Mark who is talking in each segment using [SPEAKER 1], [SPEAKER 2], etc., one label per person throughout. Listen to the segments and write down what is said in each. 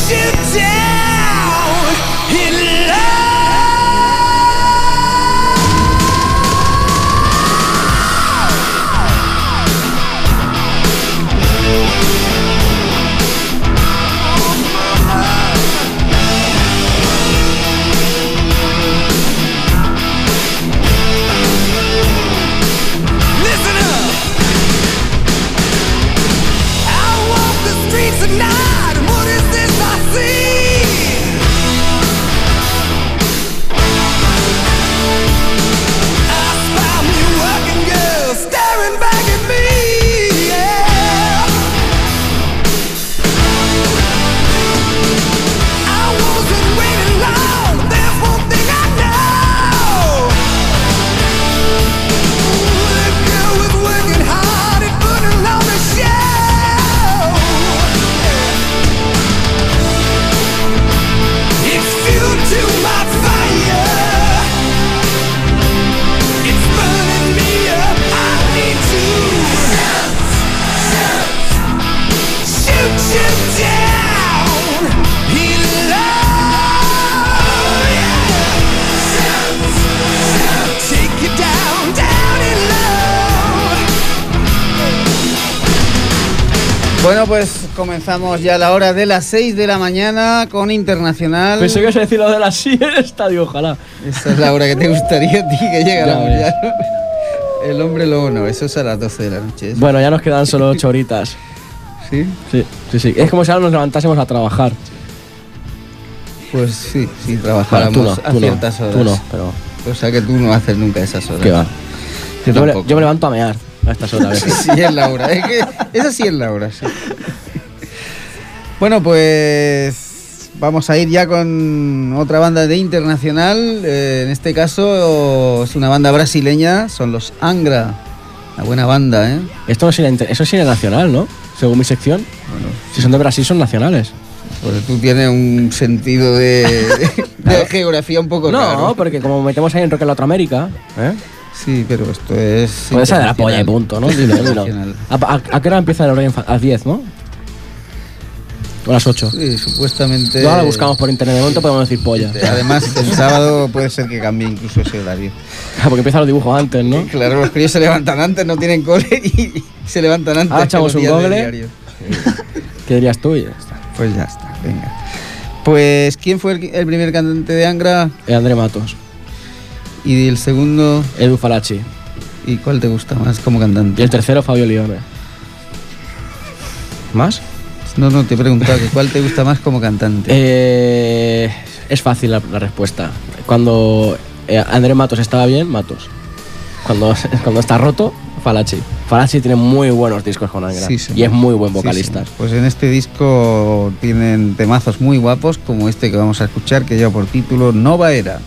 [SPEAKER 1] Bueno, pues comenzamos ya la hora de las 6 de la mañana con Internacional.
[SPEAKER 2] Pensé que ibas a decir lo de las siesta, digo, ojalá.
[SPEAKER 1] Esa es la hora que te gustaría a ti que llegáramos ya. El hombre lobo no, eso es a las 12 de la noche. ¿Eso?
[SPEAKER 2] Bueno, ya nos quedan solo 8 horitas.
[SPEAKER 1] ¿Sí?
[SPEAKER 2] Sí. Es como si ahora nos levantásemos a trabajar.
[SPEAKER 1] Pues sí, trabajáramos a ciertas horas.
[SPEAKER 2] Tú no, pero...
[SPEAKER 1] O sea que tú no haces nunca esas horas.
[SPEAKER 2] ¿Qué va? Yo me levanto a mear a estas horas.
[SPEAKER 1] Sí, es la hora. Es que esa sí es la hora, sí. Bueno, pues vamos a ir ya con otra banda de Internacional. En este caso es una banda brasileña, son los Angra. Una buena banda, ¿eh?
[SPEAKER 2] Eso es cine nacional, ¿no? Según mi sección. Bueno, si son de Brasil, son nacionales.
[SPEAKER 1] Pues tú tienes un sentido de geografía un poco raro.
[SPEAKER 2] No, porque como metemos ahí en Rock en la otra América, ¿eh?
[SPEAKER 1] Sí, pero esto es...
[SPEAKER 2] Puede ser de la polla y punto, ¿no? Dilo. ¿A qué hora empieza el horario? A las 10, ¿no? O a las 8.
[SPEAKER 1] Sí, supuestamente...
[SPEAKER 2] Ahora lo buscamos por internet, de momento podemos decir polla.
[SPEAKER 1] Además, el sábado puede ser que cambie incluso ese horario.
[SPEAKER 2] Porque empiezan los dibujos antes, ¿no?
[SPEAKER 1] Claro, los críos se levantan antes, no tienen cole y se levantan antes.
[SPEAKER 2] Ahora echamos un Google. ¿Qué dirías tú? Y ya está.
[SPEAKER 1] Pues ya está, venga. Pues, ¿quién fue el primer cantante de Angra?
[SPEAKER 2] André Matos.
[SPEAKER 1] ¿Y el segundo?
[SPEAKER 2] Edu Falacci.
[SPEAKER 1] ¿Y cuál te gusta más como cantante?
[SPEAKER 2] Y el tercero, Fabio Lione. ¿Más?
[SPEAKER 1] No, te he preguntado, ¿cuál te gusta más como cantante?
[SPEAKER 2] Es fácil la respuesta. Cuando André Matos estaba bien, Matos. Cuando está roto, Falacci. Falacci tiene muy buenos discos con Angra. Sí, y es muy buen vocalista.
[SPEAKER 1] Sí. Pues en este disco tienen temazos muy guapos, como este que vamos a escuchar, que lleva por título Nova Era.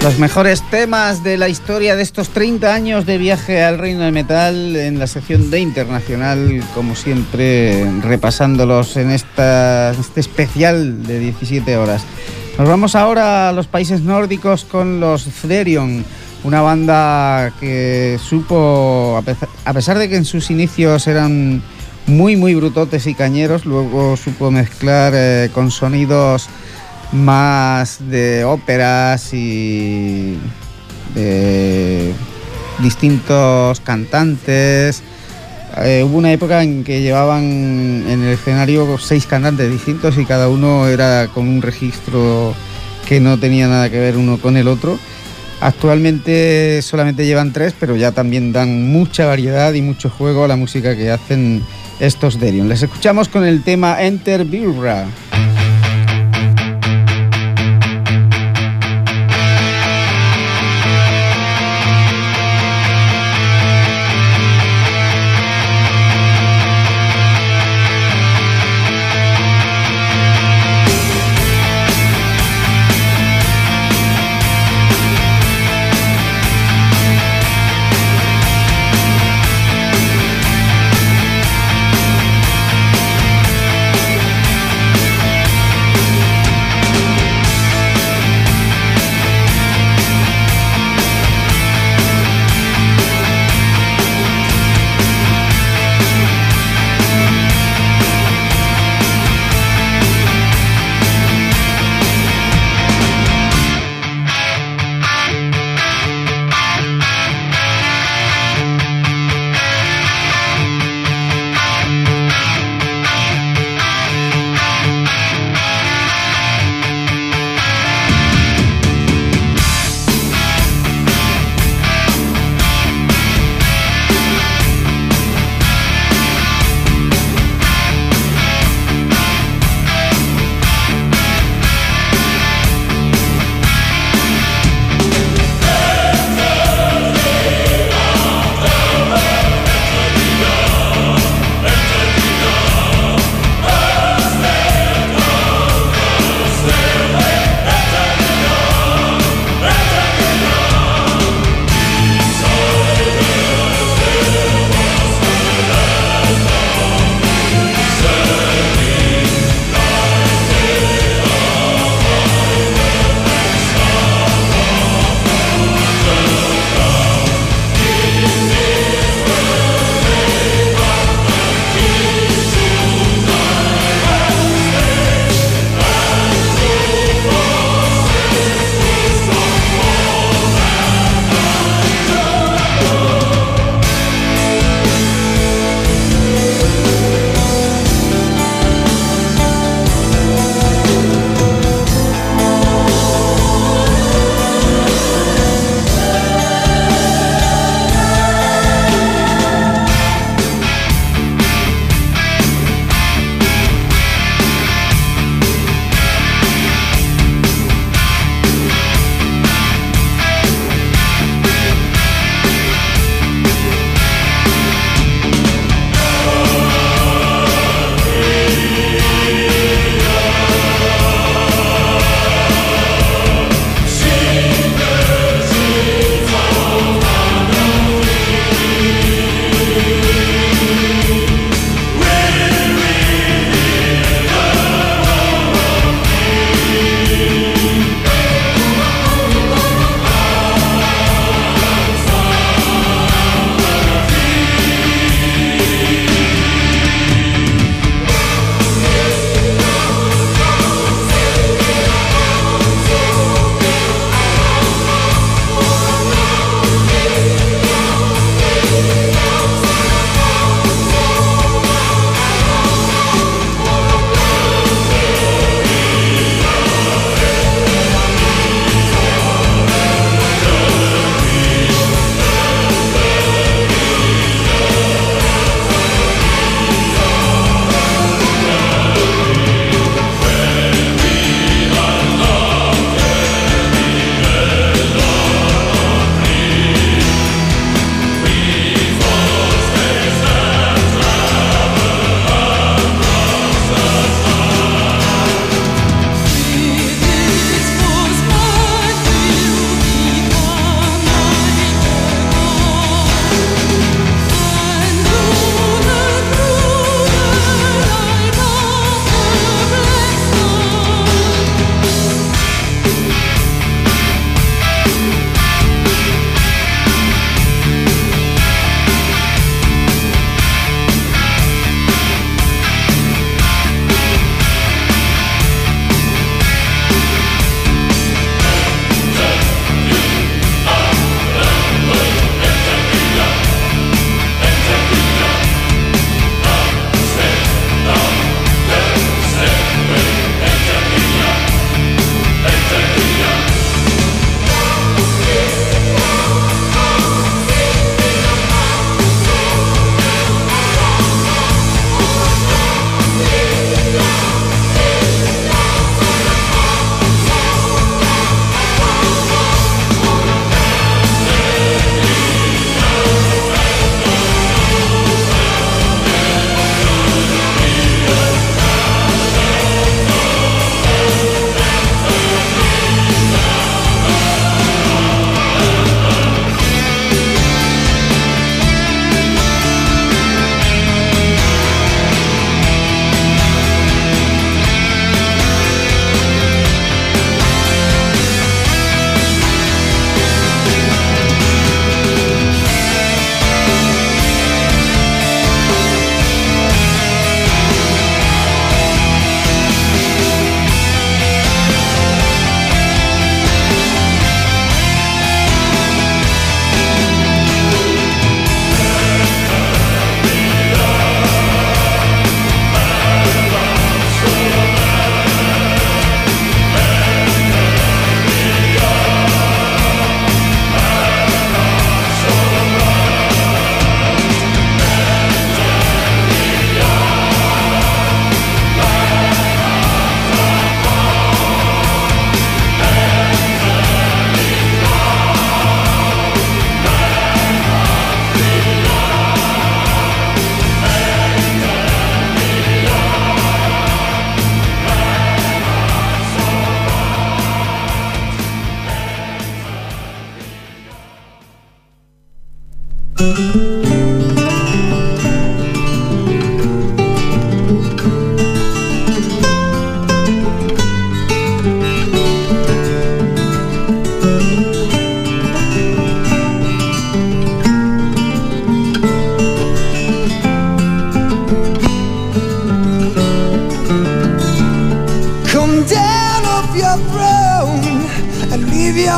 [SPEAKER 1] Los mejores temas de la historia de estos 30 años de viaje al Reino del Metal en la sección de Internacional, como siempre, repasándolos en este especial de 17 horas. Nos vamos ahora a los países nórdicos con los Therion, una banda que supo, a pesar de que en sus inicios eran muy brutotes y cañeros, luego supo mezclar con sonidos más de óperas y de distintos cantantes. Hubo una época en que llevaban en el escenario 6 cantantes distintos y cada uno era con un registro que no tenía nada que ver uno con el otro. Actualmente solamente llevan 3, pero ya también dan mucha variedad y mucho juego a la música que hacen estos Therion. Les escuchamos con el tema Enter Birra.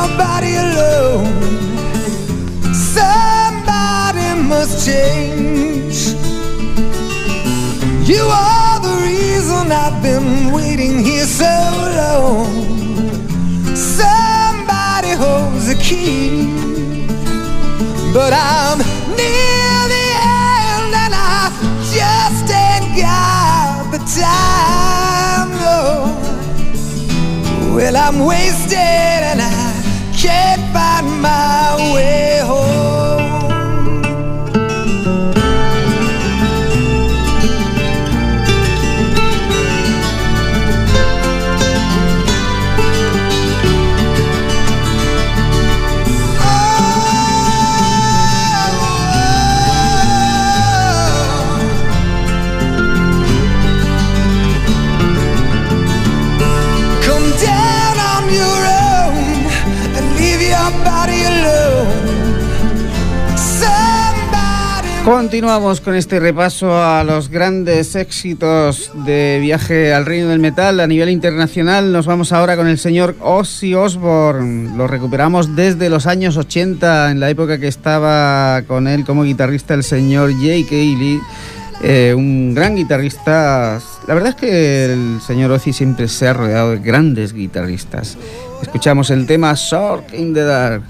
[SPEAKER 3] your body alone. Somebody must change. You are the reason I've been waiting here so long. Somebody holds the key, but I'm near the end and I just ain't got the time, no. Well, I'm wasted and I can't find my way home.
[SPEAKER 1] Continuamos con este repaso a los grandes éxitos de Viaje al Reino del Metal a nivel internacional. Nos vamos ahora con el señor Ozzy Osbourne. Lo recuperamos desde los años 80, en la época que estaba con él como guitarrista el señor Jake Ailey, un gran guitarrista. La verdad es que el señor Ozzy siempre se ha rodeado de grandes guitarristas. Escuchamos el tema Short in the Dark.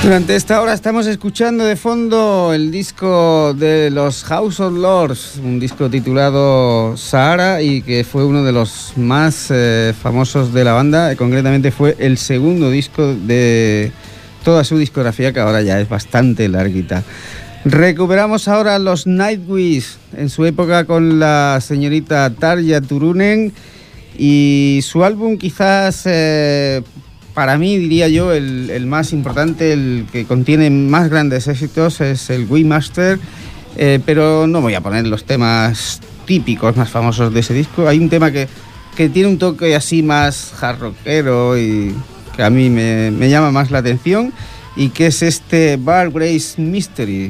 [SPEAKER 1] Durante esta hora estamos escuchando de fondo el disco de los House of Lords, un disco titulado Sahara y que fue uno de los más famosos de la banda. Concretamente fue el segundo disco de toda su discografía, que ahora ya es bastante larguita. Recuperamos ahora los Nightwish en su época con la señorita Tarja Turunen y su álbum quizás... para mí, diría yo, el más importante, el que contiene más grandes éxitos es el We Master, pero no voy a poner los temas típicos más famosos de ese disco. Hay un tema que tiene un toque así más hard rockero y que a mí me llama más la atención, y que es este Bar Grace Mystery.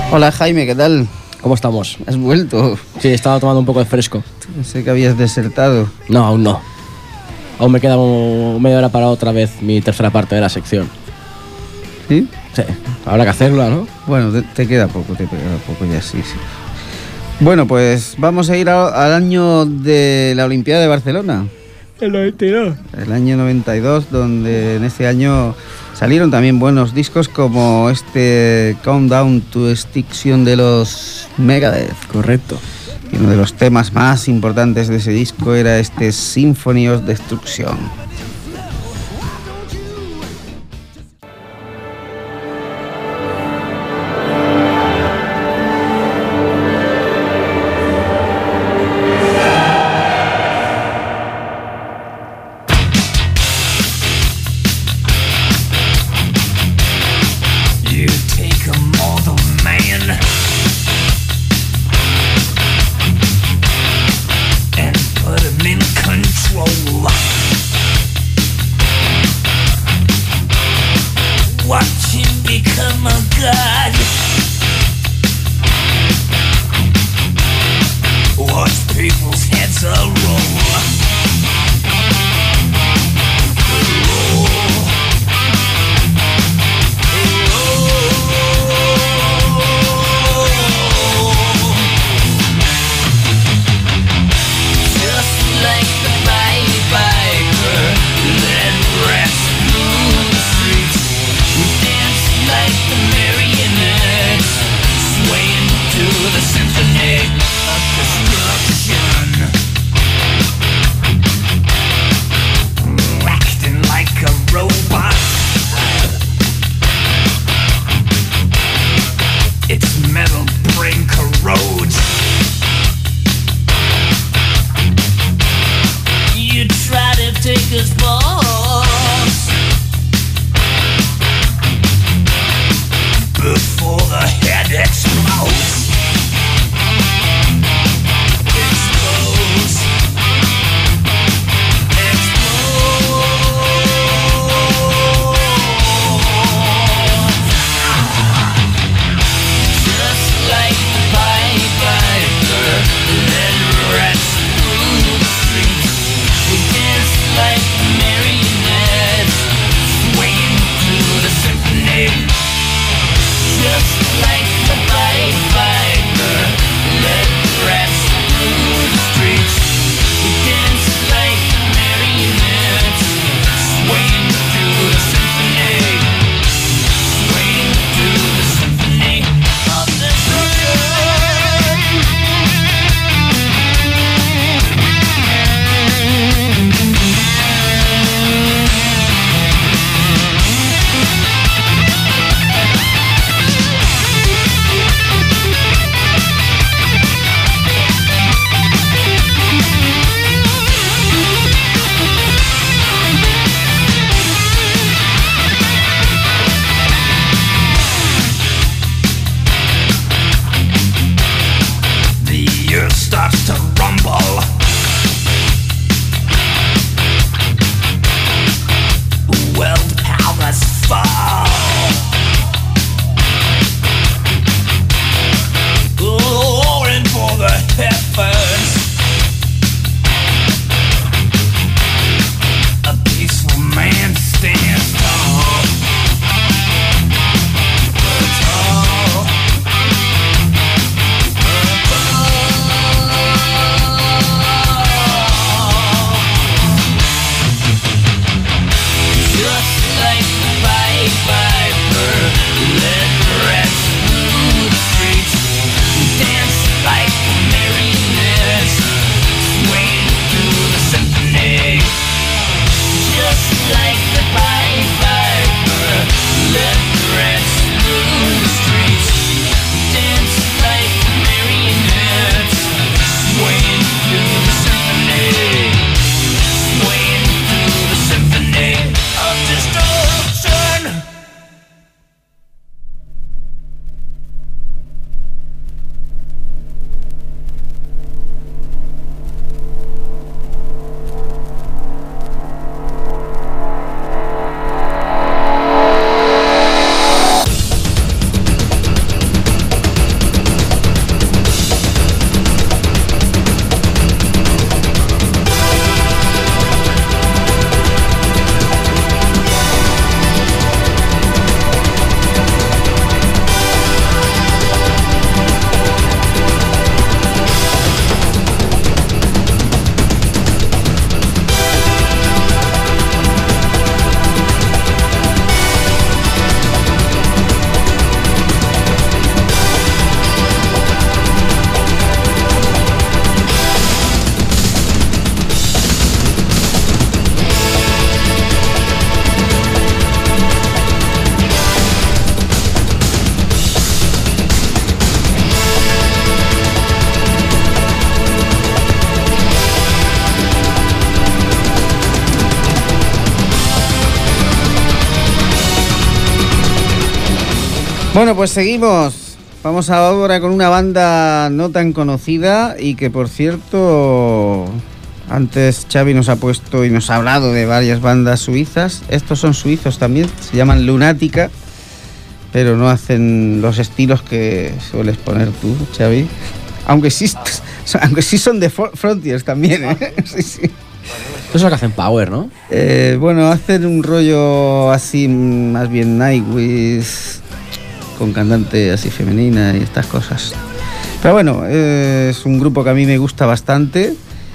[SPEAKER 1] Hola Jaime, ¿qué tal?
[SPEAKER 2] ¿Cómo estamos?
[SPEAKER 1] ¿Has vuelto?
[SPEAKER 2] Sí, estaba tomando un poco de fresco.
[SPEAKER 1] Pensé que habías desertado.
[SPEAKER 2] No, aún no. Aún me queda media hora para otra vez mi tercera parte de la sección.
[SPEAKER 1] ¿Sí?
[SPEAKER 2] Sí, habrá que hacerlo, ¿no?
[SPEAKER 1] Bueno, te queda poco ya, sí. Bueno, pues vamos a ir al año de la Olimpiada de Barcelona.
[SPEAKER 2] El 92.
[SPEAKER 1] El año 92, donde en este año salieron también buenos discos como este Countdown to Extinction de los Megadeth.
[SPEAKER 2] Correcto.
[SPEAKER 1] Y uno de los temas más importantes de ese disco era este Symphony of Destruction. Bueno, pues seguimos. Vamos ahora con una banda no tan conocida y que, por cierto, antes Xavi nos ha puesto y nos ha hablado de varias bandas suizas. Estos son suizos también, se llaman Lunática, pero no hacen los estilos que sueles poner tú, Xavi. Aunque sí son de Frontiers también, ¿eh? Sí, sí.
[SPEAKER 2] Eso es lo que hacen Power, ¿no?
[SPEAKER 1] Bueno, hacen un rollo así, más bien Nightwish, con cantante así femenina y estas cosas. Pero bueno, es un grupo que a mí me gusta bastante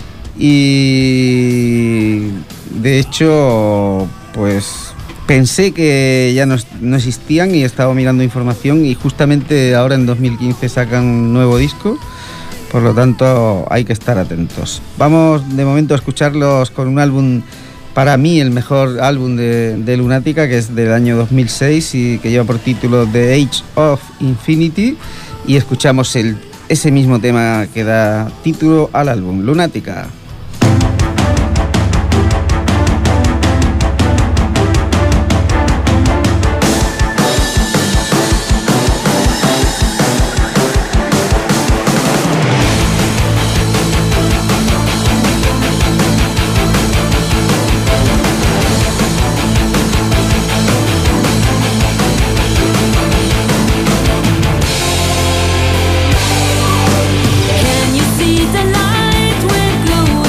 [SPEAKER 1] y de hecho, pues pensé que ya no existían y he estado mirando información y justamente ahora en 2015 sacan un nuevo disco, por lo tanto hay que estar atentos. Vamos de momento a escucharlos con un álbum, para mí el mejor álbum de Lunática, que es del año 2006 y que lleva por título The Age of Infinity, y escuchamos ese mismo tema que da título al álbum, Lunática.
[SPEAKER 4] Can you see the light with glowing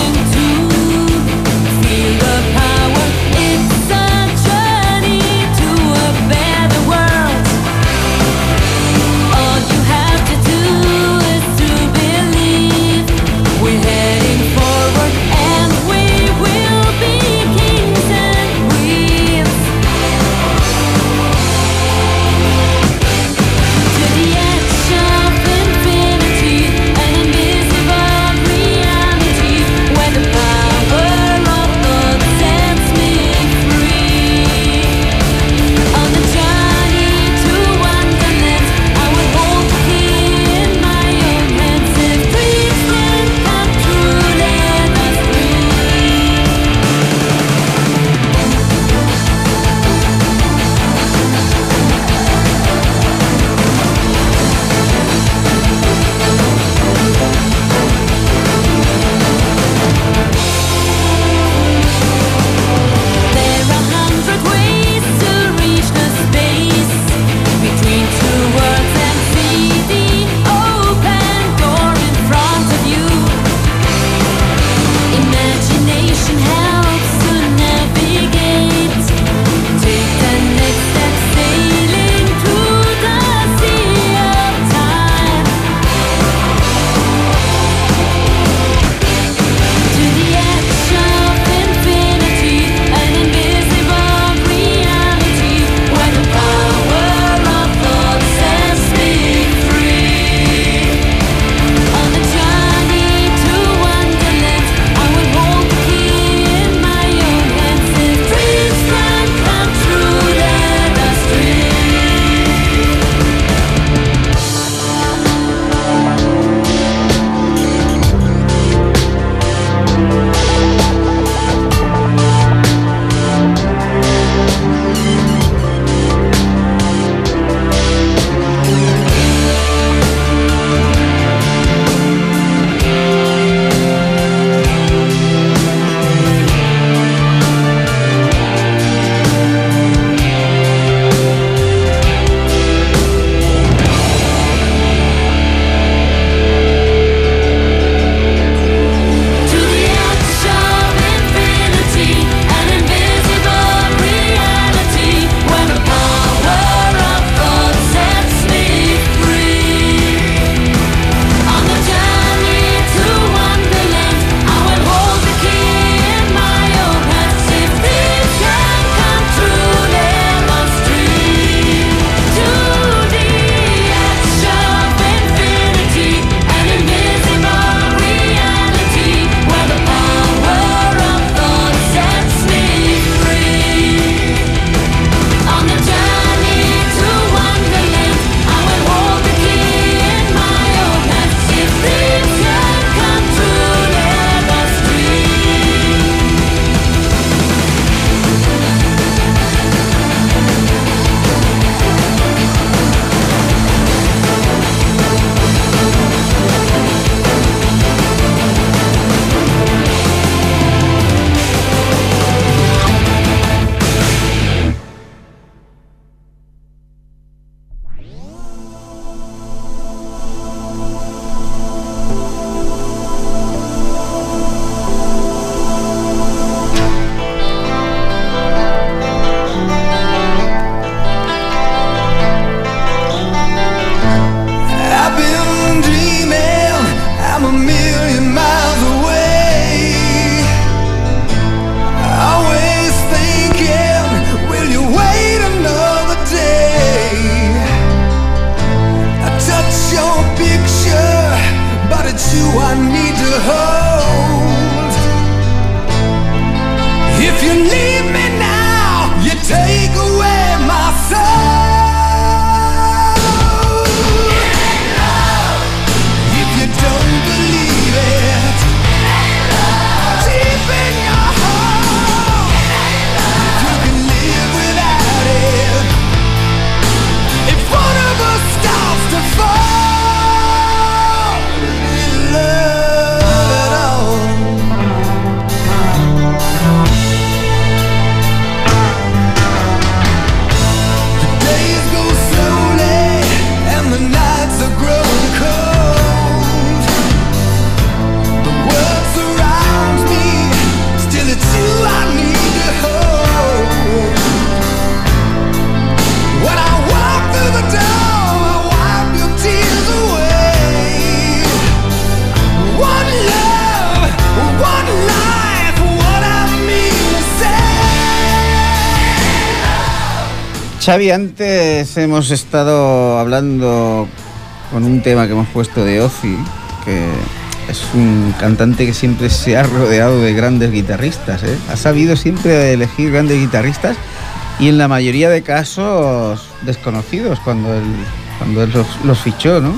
[SPEAKER 1] Xavi, antes hemos estado hablando con un tema que hemos puesto de Ozzy, que es un cantante que siempre se ha rodeado de grandes guitarristas, ¿eh? Ha sabido siempre elegir grandes guitarristas y en la mayoría de casos desconocidos cuando él los fichó, ¿no?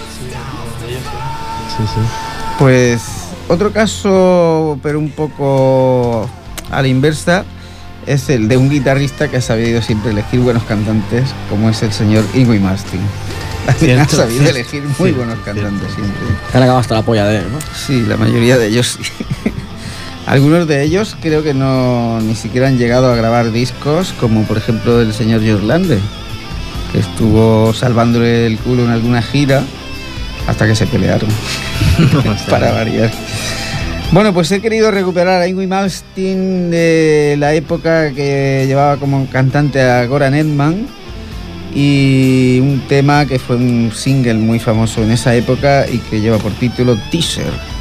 [SPEAKER 2] Sí.
[SPEAKER 1] Pues otro caso, pero un poco a la inversa, es el de un guitarrista que ha sabido siempre elegir buenos cantantes, como es el señor Yngwie Malmsteen. Ha sabido elegir muy buenos cantantes siempre.
[SPEAKER 2] Han acabado hasta la polla de él, ¿no?
[SPEAKER 1] Sí, la mayoría de ellos sí. Algunos de ellos creo que ni siquiera han llegado a grabar discos, como por ejemplo el señor George Lande, que estuvo salvándole el culo en alguna gira hasta que se pelearon. Para variar. Bueno, pues he querido recuperar a Yngwie Malmsteen de la época que llevaba como cantante a Goran Edman, y un tema que fue un single muy famoso en esa época y que lleva por título Teaser.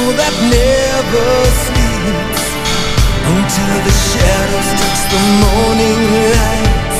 [SPEAKER 3] that never sleeps until the shadows touch the morning light.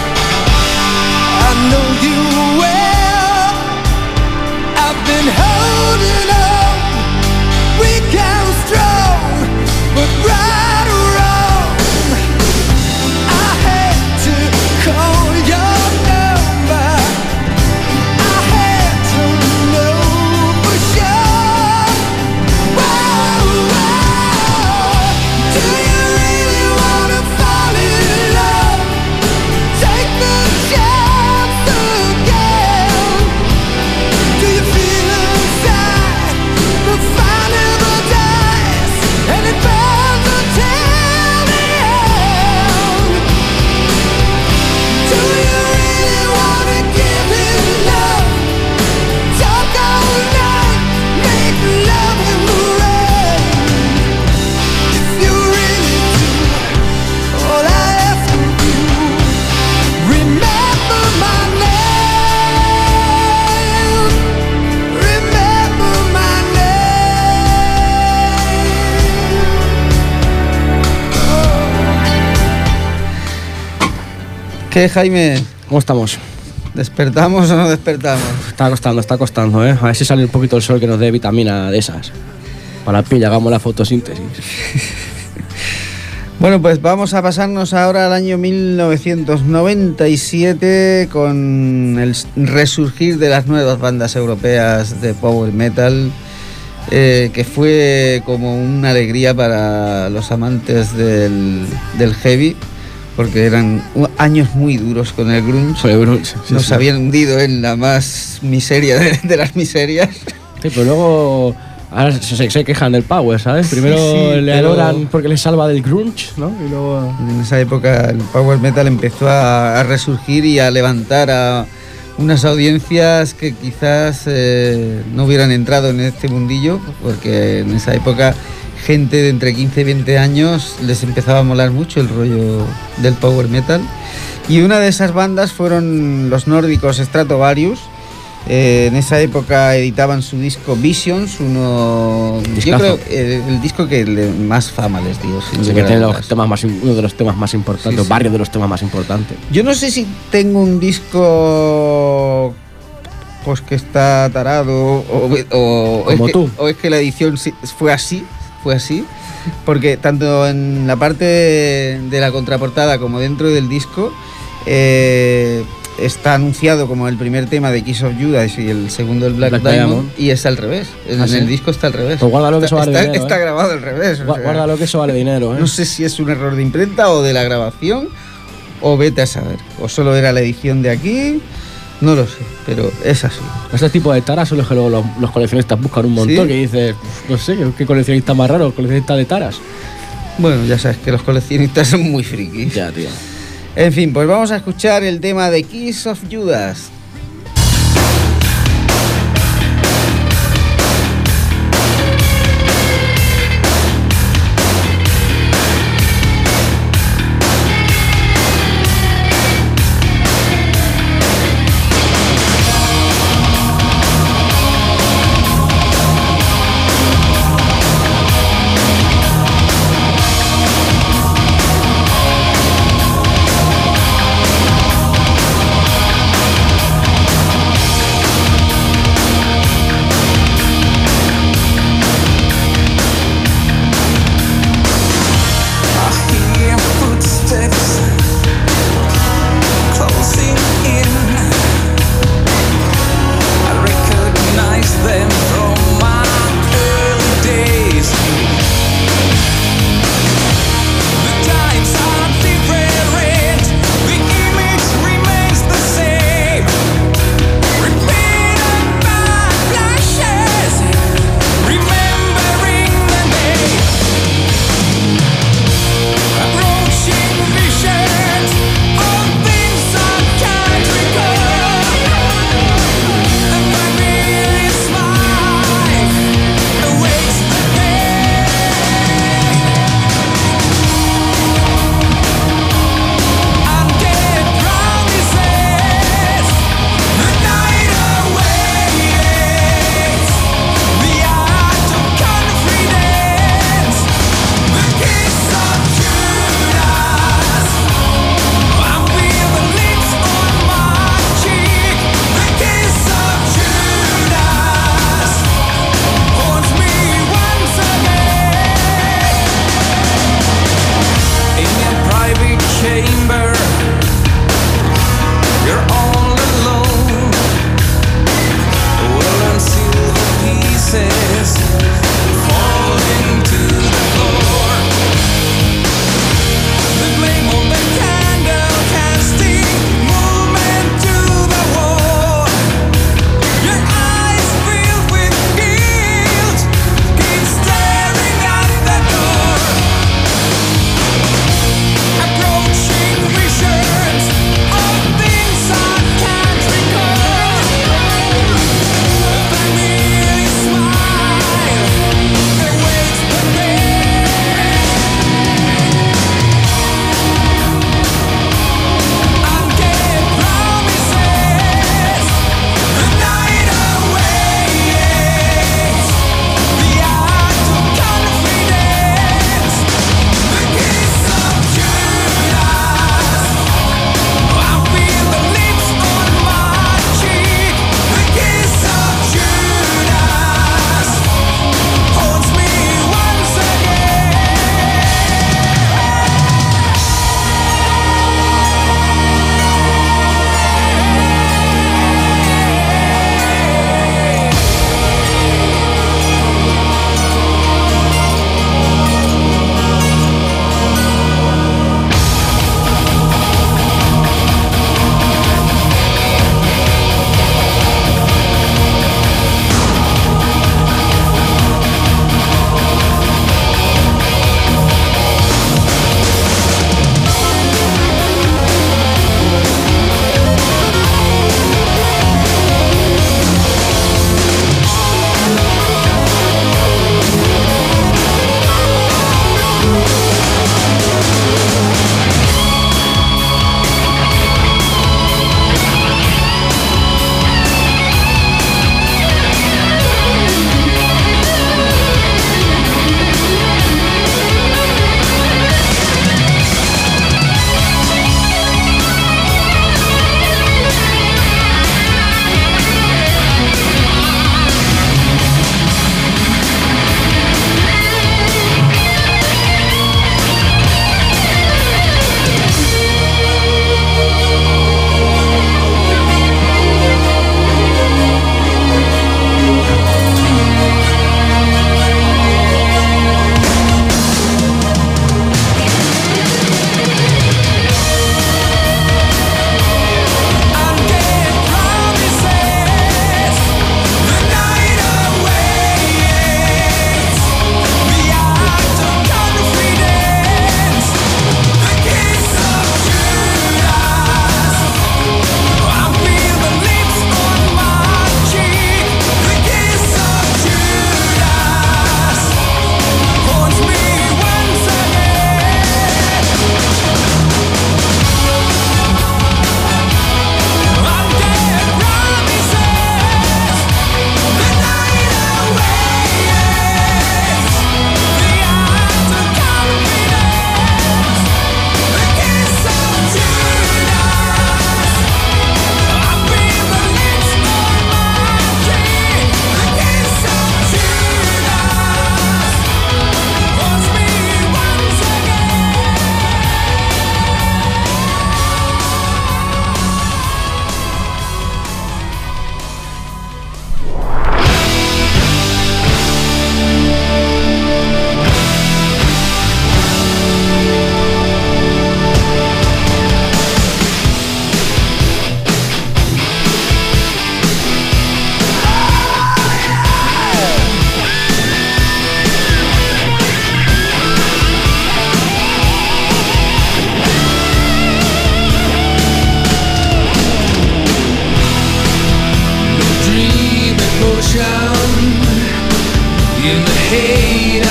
[SPEAKER 3] I know you well. I've been holding on, weak and strong, but right or wrong, I had to call your number. I had to know for sure. Whoa, whoa. Do you really wanna fall in love? Take the chance again. Do you feel inside the fire never dies and it burns until the end? Do you really wanna give him love? Talk all night, make love in the rain. If you really do, all I ask of you, remember my name. Remember my name.
[SPEAKER 1] ¿Qué, Jaime?
[SPEAKER 2] ¿Cómo estamos?
[SPEAKER 1] ¿Despertamos o no despertamos?
[SPEAKER 2] Está costando, ¿eh? A ver si sale un poquito el sol que nos dé vitamina de esas. Para la piel, hagamos la fotosíntesis.
[SPEAKER 1] Bueno, pues vamos a pasarnos ahora al año 1997 con el resurgir de las nuevas bandas europeas de power metal, que fue como una alegría para los amantes del heavy, porque eran años muy duros con el grunge.
[SPEAKER 2] Fue grunge, sí,
[SPEAKER 1] Nos
[SPEAKER 2] sí.
[SPEAKER 1] habían hundido en la más miseria de las miserias.
[SPEAKER 2] Sí, pero luego ahora se quejan del power, ¿sabes? Primero
[SPEAKER 1] Sí,
[SPEAKER 2] le
[SPEAKER 1] pero
[SPEAKER 2] adoran porque le salva del grunge, ¿no? Y luego...
[SPEAKER 1] En esa época el power metal empezó a resurgir y a levantar a unas audiencias que quizás no hubieran entrado en este mundillo, porque en esa época gente de entre 15 y 20 años les empezaba a molar mucho el rollo del power metal. Y una de esas bandas fueron los nórdicos Stratovarius. En esa época editaban su disco Visions, yo
[SPEAKER 2] Discazo.
[SPEAKER 1] creo el disco que más fama les dio. sin
[SPEAKER 2] Sí,
[SPEAKER 1] lugar
[SPEAKER 2] que
[SPEAKER 1] a
[SPEAKER 2] tiene
[SPEAKER 1] dudas.
[SPEAKER 2] uno de los temas más importantes,
[SPEAKER 1] Sí.
[SPEAKER 2] varios de los temas más importantes.
[SPEAKER 1] Yo no sé si tengo un disco pues que está tarado
[SPEAKER 2] Como tú.
[SPEAKER 1] o es que la edición fue así, porque tanto en la parte de la contraportada como dentro del disco está anunciado como el primer tema de Kiss of Judas y el segundo el Black Diamond, y es al revés. En
[SPEAKER 2] ¿Ah, sí?
[SPEAKER 1] el disco está al revés.
[SPEAKER 2] Pues guárdalo que eso vale dinero,
[SPEAKER 1] está grabado al revés. o sea,
[SPEAKER 2] Guárdalo que eso vale dinero, ¿eh?
[SPEAKER 1] no sé si es un error de imprenta o de la grabación, o vete a saber. O solo era la edición de aquí, no lo sé, pero es así.
[SPEAKER 2] Este tipo de taras son los que luego los coleccionistas buscan un montón,
[SPEAKER 1] ¿Sí?
[SPEAKER 2] que dices, no sé, ¿qué coleccionista más raro? ¿Coleccionista de taras?
[SPEAKER 1] Bueno, ya sabes que los coleccionistas son muy frikis.
[SPEAKER 2] Ya, tío.
[SPEAKER 1] En fin, pues vamos a escuchar el tema de Kiss of Judas.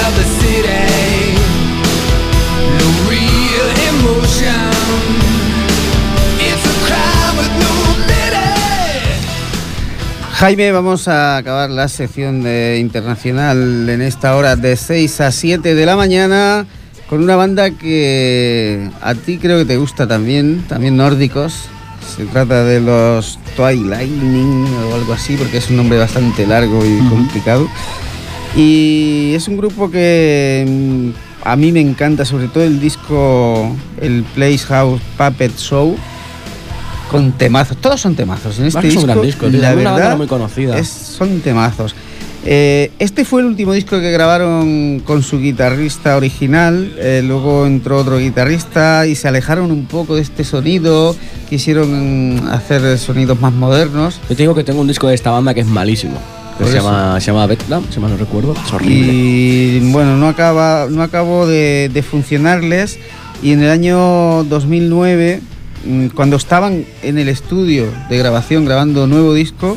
[SPEAKER 3] of the city. No real emotion. It's a crime with no pity.
[SPEAKER 1] Jaime, vamos a acabar la sección de internacional en esta hora de 6 a 7 de la mañana con una banda que a ti creo que te gusta también nórdicos. Se trata de los Twilightning o algo así, porque es un nombre bastante largo y complicado. Y es un grupo que a mí me encanta, sobre todo el disco, el Playhouse Puppet Show, con temazos. Todos son temazos en este disco.
[SPEAKER 2] Es un gran disco, tío.
[SPEAKER 1] La
[SPEAKER 2] verdad, una banda
[SPEAKER 1] muy
[SPEAKER 2] conocida.
[SPEAKER 1] Son temazos. Este fue el último disco que grabaron con su guitarrista original, luego entró otro guitarrista y se alejaron un poco de este sonido, quisieron hacer sonidos más modernos.
[SPEAKER 2] Yo te digo que tengo un disco de esta banda que es malísimo, que se llama Vietnam, si mal no recuerdo, es horrible.
[SPEAKER 1] Y bueno, no acabó de funcionarles, y en el año 2009, cuando estaban en el estudio de grabación grabando nuevo disco,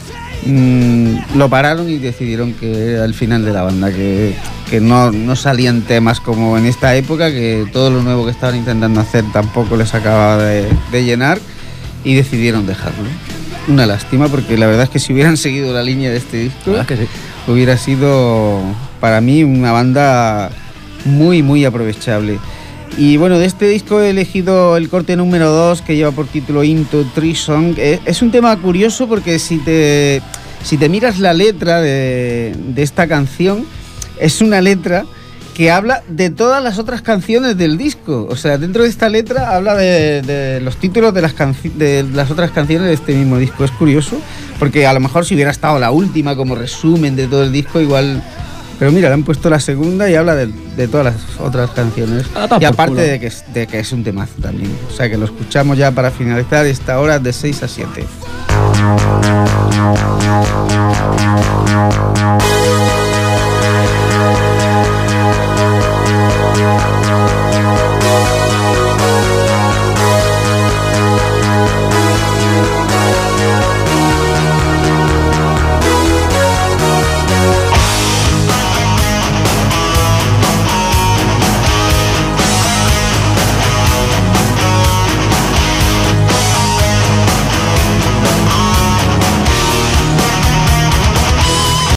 [SPEAKER 1] lo pararon y decidieron que era el final de la banda, que no salían temas como en esta época, que todo lo nuevo que estaban intentando hacer tampoco les acababa de llenar, y decidieron dejarlo. Una lástima, porque la verdad es que si hubieran seguido la línea de este disco,
[SPEAKER 2] que sí,
[SPEAKER 1] hubiera sido para mí una banda muy muy aprovechable. Y bueno, de este disco he elegido el corte número 2, que lleva por título Into Treason. Es un tema curioso porque si te miras la letra de esta canción, es una letra que habla de todas las otras canciones del disco. O sea, dentro de esta letra habla de los títulos de las otras canciones de este mismo disco. Es curioso, porque a lo mejor si hubiera estado la última como resumen de todo el disco, igual... Pero mira, le han puesto la segunda y habla de todas las otras canciones. Y aparte de que es un temazo también. O sea que lo escuchamos ya para finalizar esta hora de 6 a 7.